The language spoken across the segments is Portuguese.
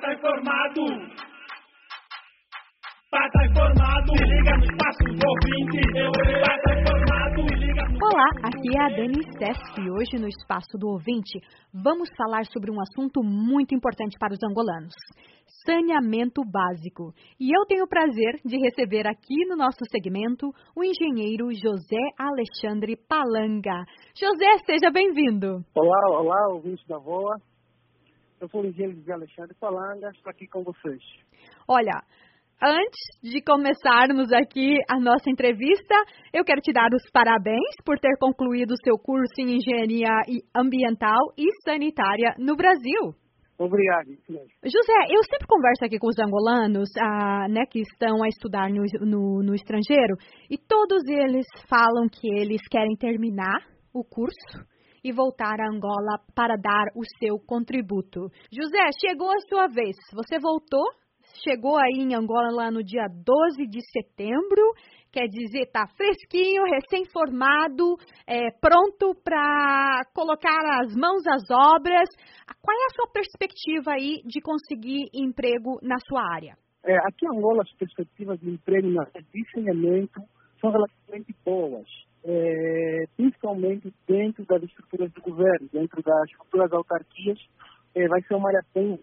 tá informado. Pra tá informado, se liga no espaço do ouvinte. Pra tá informado, se liga no... Olá, aqui é a Dani Sesc e hoje no Espaço do Ouvinte vamos falar sobre um assunto muito importante para os angolanos: saneamento básico. E eu tenho o prazer de receber aqui no nosso segmento o engenheiro José Alexandre Palanga. José, seja bem-vindo. Olá, ouvintes da VOA. Eu sou o engenheiro José Alexandre Palanga, estou aqui com vocês. Olha, antes de começarmos aqui a nossa entrevista, eu quero te dar os parabéns por ter concluído o seu curso em Engenharia Ambiental e Sanitária no Brasil. Obrigado. José, eu sempre converso aqui com os angolanos, que estão a estudar no estrangeiro, e todos eles falam que eles querem terminar o curso e voltar a Angola para dar o seu contributo. José, chegou a sua vez. Você voltou? Chegou aí em Angola lá no dia 12 de setembro, quer dizer, tá fresquinho, recém-formado, pronto para colocar as mãos às obras. Qual é a sua perspectiva aí de conseguir emprego na sua área? Aqui em Angola, as perspectivas de emprego na área de saneamento são relativamente boas, principalmente dentro das estruturas do governo, dentro das estruturas das autarquias. Vai ser uma área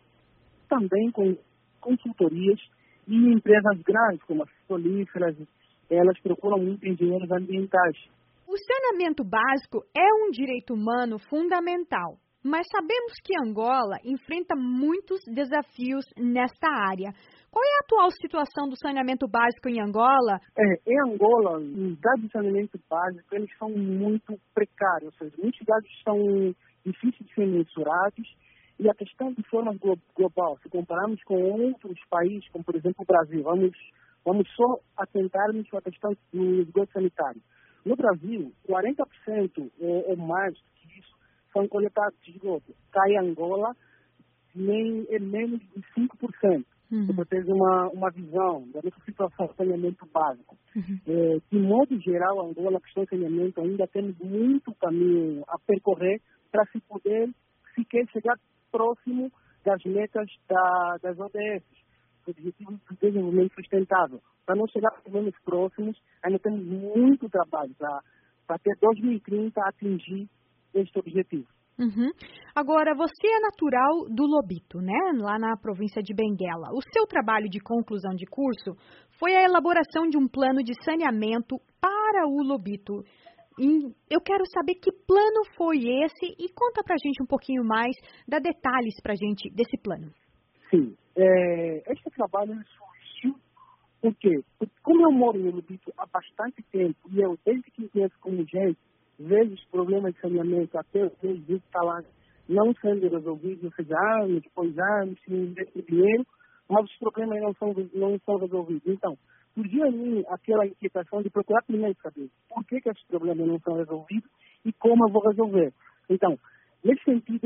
também com consultorias e empresas grandes, como as petrolíferas, elas procuram muito engenheiros ambientais. O saneamento básico é um direito humano fundamental, mas sabemos que Angola enfrenta muitos desafios nesta área. Qual é a atual situação do saneamento básico em Angola? Em Angola, os dados de saneamento básico, eles são muito precários, ou seja, muitos dados são difíceis de ser mensurados. E a questão de forma global, se compararmos com outros países, como por exemplo o Brasil, vamos só atentarmos com a questão do esgoto sanitário. No Brasil, 40% ou mais disso são coletados de esgoto. Cai Angola, é menos de 5%. Para ter uma visão da nossa situação de saneamento básico. De modo geral, Angola, a questão de saneamento, ainda temos muito caminho a percorrer para se poder sequer chegar próximo das metas das ODS, Objetivos de Desenvolvimento Sustentável. Para não chegar menos próximos, ainda temos muito trabalho para até 2030 atingir este objetivo. Agora, você é natural do Lobito, né? Lá na província de Benguela. O seu trabalho de conclusão de curso foi a elaboração de um plano de saneamento para o Lobito. Eu quero saber que plano foi esse e conta pra gente um pouquinho mais, dá detalhes pra gente desse plano. Sim, este trabalho surgiu porque como eu moro no Lobito há bastante tempo e eu, desde que conheço como gente, vejo os problemas de saneamento até os meus está lá não sendo resolvidos, ou seja, anos, depois anos, sem investir dinheiro, mas os problemas não são resolvidos. Então, surgiu em mim aquela inquietação de procurar primeiro saber por que esses problemas não são resolvidos e como eu vou resolver. Então, nesse sentido,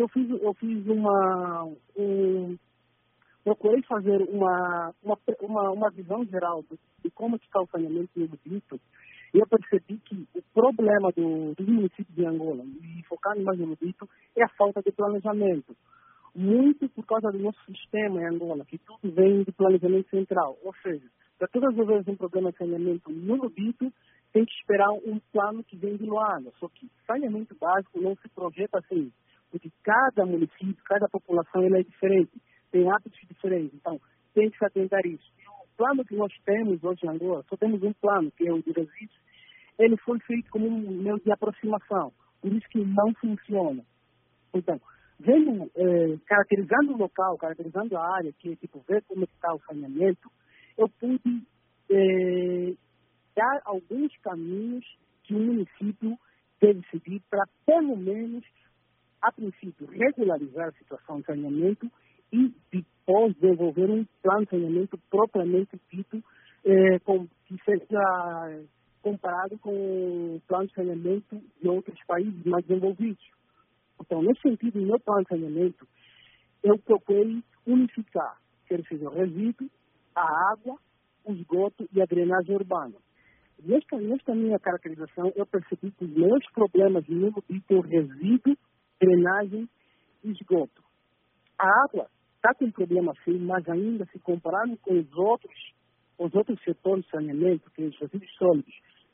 procurei fazer uma visão geral de como está o saneamento no Lobito, e eu percebi que o problema dos municípios de Angola, e focando mais no Lobito, é a falta de planejamento. Muito por causa do nosso sistema em Angola, que tudo vem do planejamento central. Ou seja, para todas as vezes um problema de saneamento no Lobito, tem que esperar um plano que vem de Luanda. Só que saneamento básico não se projeta assim, porque cada município, cada população ela é diferente, tem hábitos diferentes. Então, tem que se atentar a isso. E o plano que nós temos hoje em Angola, só temos um plano, que é o de resíduos, ele foi feito como um meio de aproximação, por isso que não funciona. Então, caracterizando o local, caracterizando a área, que tipo, ver como está o saneamento, eu pude dar alguns caminhos que o município deve seguir para, pelo menos, a princípio, regularizar a situação de saneamento e depois desenvolver um plano de saneamento propriamente dito, que seja comparado com o plano de saneamento de outros países mais desenvolvidos. Então, nesse sentido, no meu plano de saneamento, eu procurei unificar, quer seja o resíduo, a água, o esgoto e a drenagem urbana. Nesta minha caracterização, eu percebi que os meus problemas no Lobito são resíduo, drenagem e esgoto. A água está com um problema sim, mas ainda se compararmos com os outros setores de saneamento, que é os resíduos sólidos,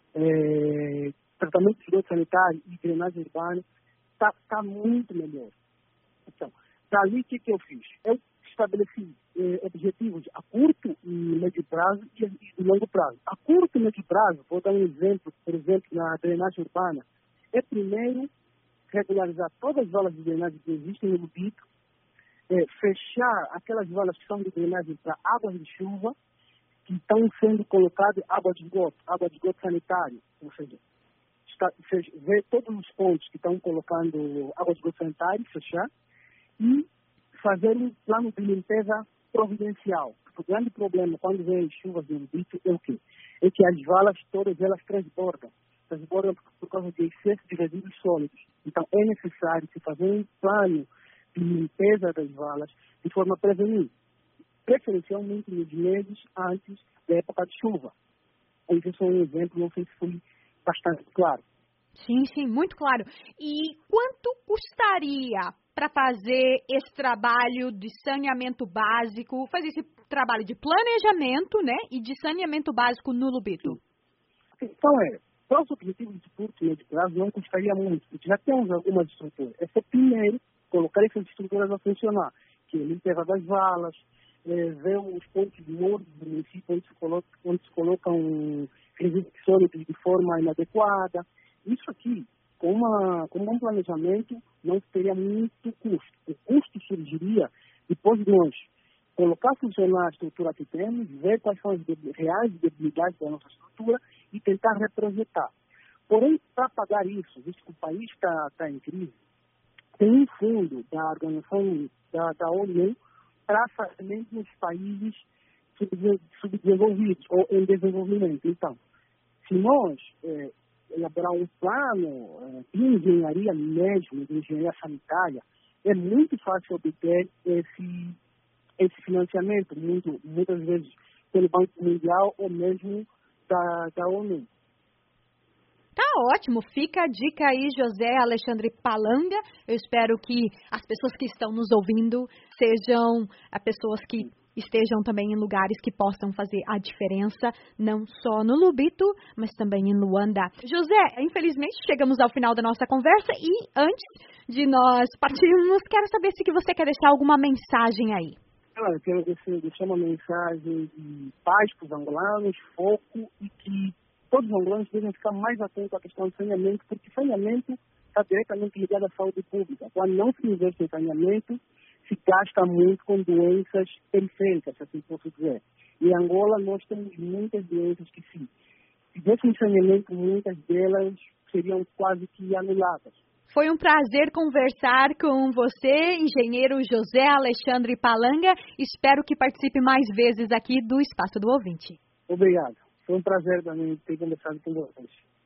tratamento de esgoto sanitário e drenagem urbana, está muito melhor. Então, dali o que eu fiz? Eu estabeleci objetivos a curto e médio prazo e de longo prazo. A curto e médio prazo, vou dar um exemplo, por exemplo, na drenagem urbana, é primeiro regularizar todas as valas de drenagem que existem no Lubito, fechar aquelas valas que são de drenagem para águas de chuva, que estão sendo colocadas água de esgoto sanitário, ou seja, ver todos os pontos que estão colocando água de esgoto sanitário, fechar, e fazer um plano de limpeza providencial. O grande problema quando vem chuvas no Lubito é o quê? É que as valas todas elas transbordam por causa de excesso de resíduos sólidos. Então é necessário se fazer um plano de limpeza das valas de forma a prevenir, preferencialmente nos meses antes da época de chuva. Esse é só um exemplo, não sei se foi bastante claro. Sim, muito claro. E quanto custaria para fazer esse trabalho de saneamento básico, fazer esse trabalho de planejamento, né, e de saneamento básico no Lubito? Então para os objetivos de curto e médio prazo não custaria muito, porque já temos algumas estruturas. É só primeiro colocar essas estruturas a funcionar, que é a limpeza das valas, ver os pontos mortos do município onde se colocam resíduos sólidos de forma inadequada. Isso aqui, com um planejamento, não teria muito custo. O custo surgiria depois de nós colocar a funcionar a estrutura que temos, ver quais são as reais debilidades da nossa estrutura e tentar reprojetar. Porém, para pagar isso, visto que o país está em crise, tem um fundo da organização da ONU para saneamento nos países subdesenvolvidos ou em desenvolvimento. Então, se nós elaborar um plano de engenharia mesmo, de engenharia sanitária, é muito fácil obter esse financiamento, muitas vezes pelo Banco Mundial ou mesmo da ONU. Tá ótimo, fica a dica aí, José Alexandre Palanga. Eu espero que as pessoas que estão nos ouvindo sejam pessoas que estejam também em lugares que possam fazer a diferença, não só no Lubito, mas também em Luanda. José, infelizmente chegamos ao final da nossa conversa e antes de nós partirmos, quero saber se você quer deixar alguma mensagem aí. Eu quero deixar uma mensagem de paz para os angolanos, foco e que todos os angolanos devem ficar mais atentos à questão do saneamento, porque saneamento está diretamente ligado à saúde pública. Quando não se investe em saneamento, se gasta muito com doenças periféricas, se assim posso dizer. Em Angola, nós temos muitas doenças que, se tivessem saneamento, muitas delas seriam quase que anuladas. Foi um prazer conversar com você, engenheiro José Alexandre Palanga. Espero que participe mais vezes aqui do Espaço do Ouvinte. Obrigado. Foi um prazer também ter conversado com vocês.